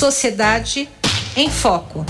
Sociedade em Foco.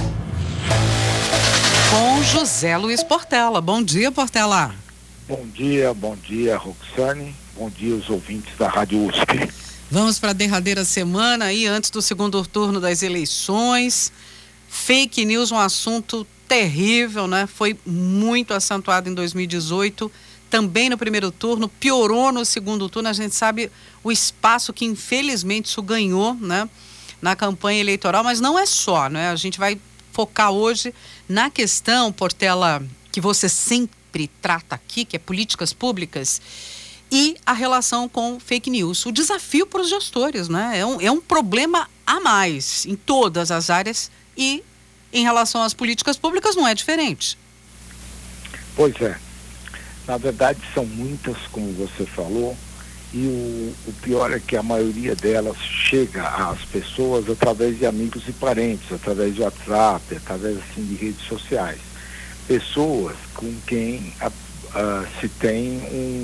Com José Luiz Portela. Bom dia, Portela. Bom dia, Roxane. Bom dia, os ouvintes da Rádio USP. Vamos para a derradeira semana aí, antes do segundo turno das eleições. Fake news, um assunto terrível, né? Foi muito acentuado em 2018, também no primeiro turno, piorou no segundo turno. A gente sabe o espaço que infelizmente isso ganhou, né, na campanha eleitoral, mas não é só, né? A gente vai focar hoje na questão, Portela, que você sempre trata aqui, que é políticas públicas e a relação com fake news. O desafio para os gestores, né? É um problema a mais em todas as áreas e em relação às políticas públicas não é diferente. Pois é. Na verdade são muitas, como você falou, e o pior é que a maioria delas chega às pessoas através de amigos e parentes, através de WhatsApp, através assim, de redes sociais. Pessoas com quem se tem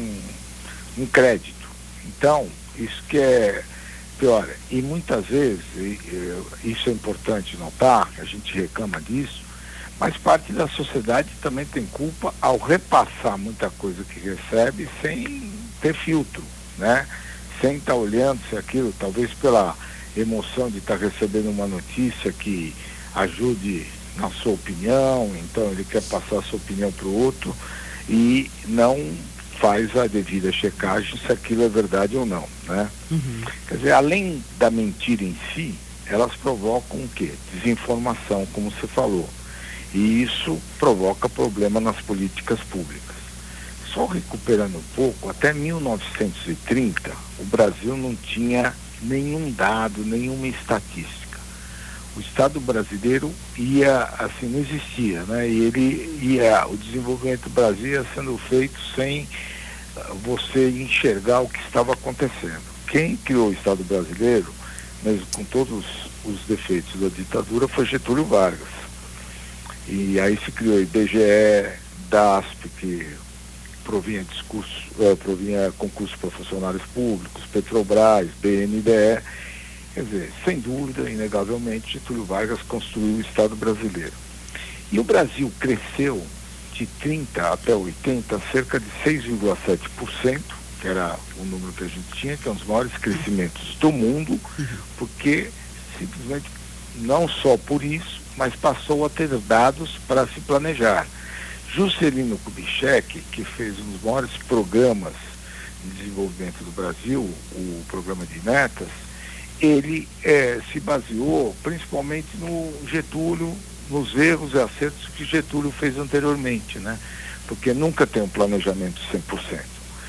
um crédito. Então, isso que é pior. E muitas vezes, isso é importante notar, a gente reclama disso, mas parte da sociedade também tem culpa ao repassar muita coisa que recebe sem ter filtro, né? Sem estar olhando se aquilo, talvez pela emoção de estar recebendo uma notícia que ajude na sua opinião, então ele quer passar a sua opinião para o outro e não faz a devida checagem se aquilo é verdade ou não, né? Uhum. Quer dizer, além da mentira em si, elas provocam o quê? Desinformação, como você falou. E isso provoca problema nas políticas públicas. Só recuperando um pouco, até 1930, o Brasil não tinha nenhum dado, nenhuma estatística. O Estado brasileiro não existia, né? E o desenvolvimento do Brasil ia sendo feito sem você enxergar o que estava acontecendo. Quem criou o Estado brasileiro, mesmo com todos os defeitos da ditadura, foi Getúlio Vargas. E aí se criou IBGE, DASP, que provinha concursos para funcionários públicos, Petrobras, BNDE. Quer dizer, sem dúvida, inegavelmente, Getúlio Vargas construiu o Estado brasileiro. E o Brasil cresceu de 30 até 80, cerca de 6,7%, que era o número que a gente tinha, que é um dos maiores crescimentos do mundo, porque simplesmente, não só por isso, mas passou a ter dados para se planejar. Juscelino Kubitschek, que fez um dos maiores programas de desenvolvimento do Brasil, o programa de metas, ele se baseou principalmente no Getúlio, nos erros e acertos que Getúlio fez anteriormente, né? Porque nunca tem um planejamento 100%.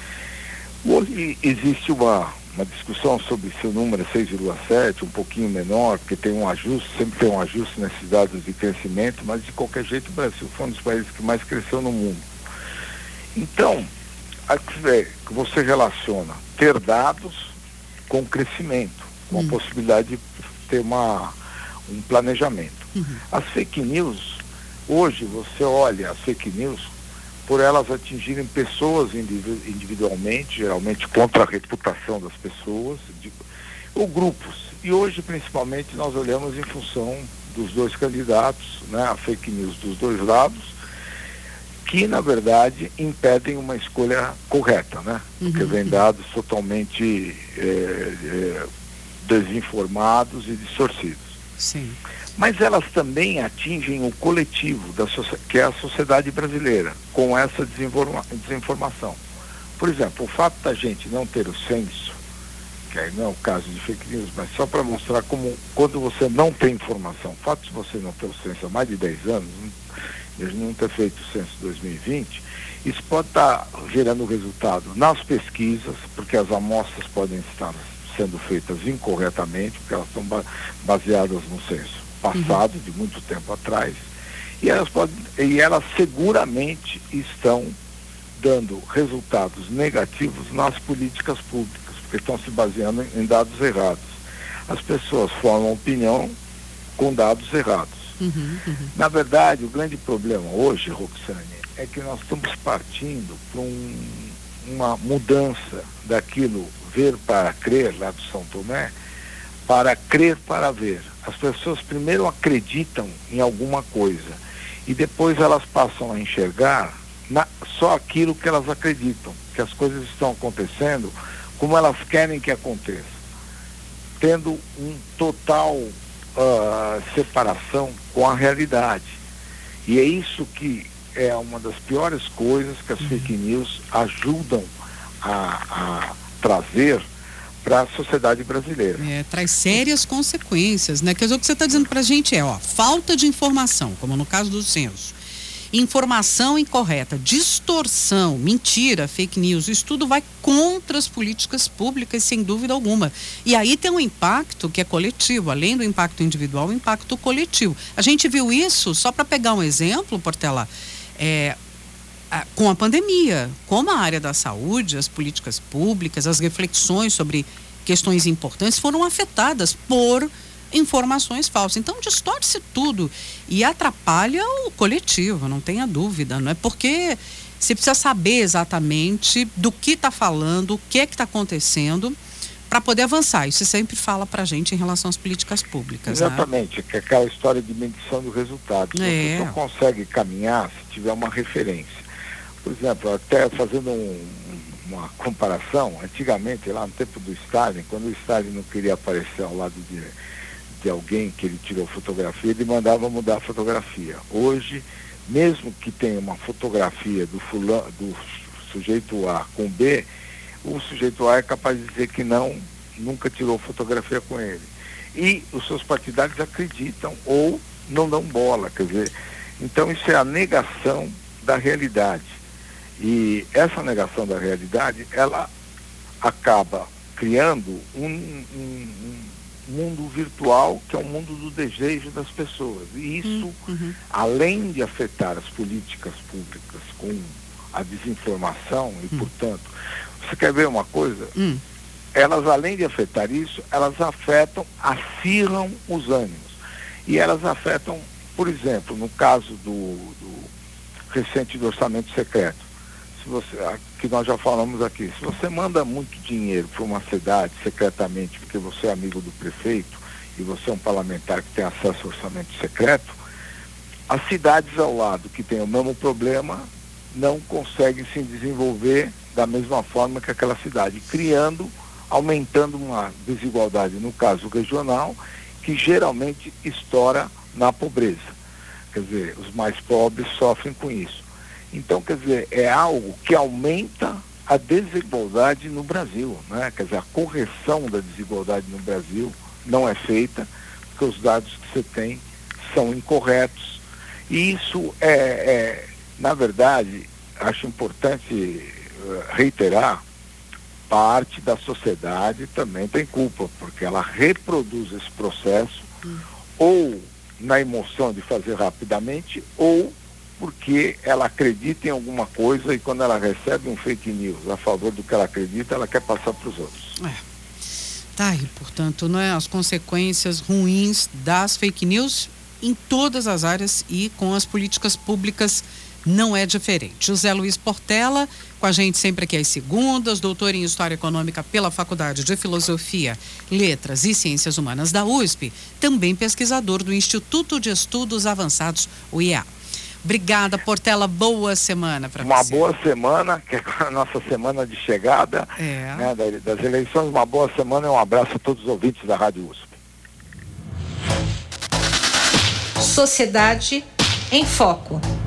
Hoje existe uma discussão sobre se o número é 6,7, um pouquinho menor, porque tem um ajuste, sempre tem um ajuste nesses dados de crescimento, mas de qualquer jeito o Brasil foi um dos países que mais cresceu no mundo. Então, que você relaciona ter dados com crescimento, com a possibilidade de ter um planejamento. As fake news, hoje você olha as fake news, por elas atingirem pessoas individualmente, geralmente contra a reputação das pessoas, ou grupos. E hoje, principalmente, nós olhamos em função dos dois candidatos, né, a fake news dos dois lados, que, na verdade, impedem uma escolha correta, né? Porque vem dados totalmente desinformados e distorcidos. Sim. Mas elas também atingem o coletivo, que é a sociedade brasileira, com essa desinformação. Por exemplo, o fato da gente não ter o censo, que aí não é o caso de fake news, mas só para mostrar como, quando você não tem informação, o fato de você não ter o censo há mais de 10 anos, mesmo não ter feito o censo 2020, isso pode estar gerando resultado nas pesquisas, porque as amostras podem estar sendo feitas incorretamente, porque elas estão baseadas no censo passado, de muito tempo atrás, e elas seguramente estão dando resultados negativos nas políticas públicas, porque estão se baseando em dados errados. As pessoas formam opinião com dados errados. Na verdade, o grande problema hoje, Roxane, é que nós estamos partindo para uma mudança daquilo ver para crer, lá do São Tomé, para crer para ver. As pessoas primeiro acreditam em alguma coisa e depois elas passam a enxergar só aquilo que elas acreditam, que as coisas estão acontecendo como elas querem que aconteça, tendo um total separação com a realidade. E é isso que é uma das piores coisas que as fake news ajudam a trazer para a sociedade brasileira. Traz sérias consequências, né? Quer dizer, o que você está dizendo para a gente falta de informação, como no caso do censo. Informação incorreta, distorção, mentira, fake news, isso tudo vai contra as políticas públicas, sem dúvida alguma. E aí tem um impacto que é coletivo, além do impacto individual, o impacto coletivo. A gente viu isso, só para pegar um exemplo, Portela, com a pandemia, como a área da saúde, as políticas públicas, as reflexões sobre questões importantes foram afetadas por informações falsas. Então distorce tudo e atrapalha o coletivo, não tenha dúvida, não é? Porque você precisa saber exatamente do que está falando, o que é que está acontecendo para poder avançar. Isso você sempre fala para a gente em relação às políticas públicas. Exatamente, né? Que é aquela história de medição do resultado. Você só consegue caminhar se tiver uma referência. Por exemplo, até fazendo uma comparação, antigamente, lá no tempo do Stalin, quando o Stalin não queria aparecer ao lado de alguém que ele tirou fotografia, ele mandava mudar a fotografia. Hoje, mesmo que tenha uma fotografia do sujeito A com B, o sujeito A é capaz de dizer que nunca tirou fotografia com ele. E os seus partidários acreditam ou não dão bola, quer dizer, então isso é a negação da realidade. E essa negação da realidade, ela acaba criando um mundo virtual, que é o mundo do desejo das pessoas. E isso, além de afetar as políticas públicas com a desinformação e, portanto, você quer ver uma coisa? Elas, além de afetar isso, elas acirram os ânimos. E elas afetam, por exemplo, no caso do recente do orçamento secreto, que nós já falamos aqui, se você manda muito dinheiro para uma cidade secretamente, porque você é amigo do prefeito e você é um parlamentar que tem acesso ao orçamento secreto, as cidades ao lado que têm o mesmo problema não conseguem se desenvolver da mesma forma que aquela cidade, aumentando uma desigualdade, no caso regional, que geralmente estoura na pobreza. Quer dizer, os mais pobres sofrem com isso. Então, quer dizer, é algo que aumenta a desigualdade no Brasil, né? Quer dizer, a correção da desigualdade no Brasil não é feita, porque os dados que você tem são incorretos. E isso na verdade, acho importante reiterar, parte da sociedade também tem culpa, porque ela reproduz esse processo, ou na emoção de fazer rapidamente, ou porque ela acredita em alguma coisa e quando ela recebe um fake news a favor do que ela acredita, ela quer passar para os outros. Tá aí, portanto, as consequências ruins das fake news em todas as áreas e com as políticas públicas não é diferente. José Luiz Portela, com a gente sempre aqui às segundas, doutor em História Econômica pela Faculdade de Filosofia, Letras e Ciências Humanas da USP, também pesquisador do Instituto de Estudos Avançados, o IEA. Obrigada, Portela. Boa semana para você. Uma boa semana, que é a nossa semana de chegada né, das eleições. Uma boa semana e um abraço a todos os ouvintes da Rádio USP. Sociedade em Foco.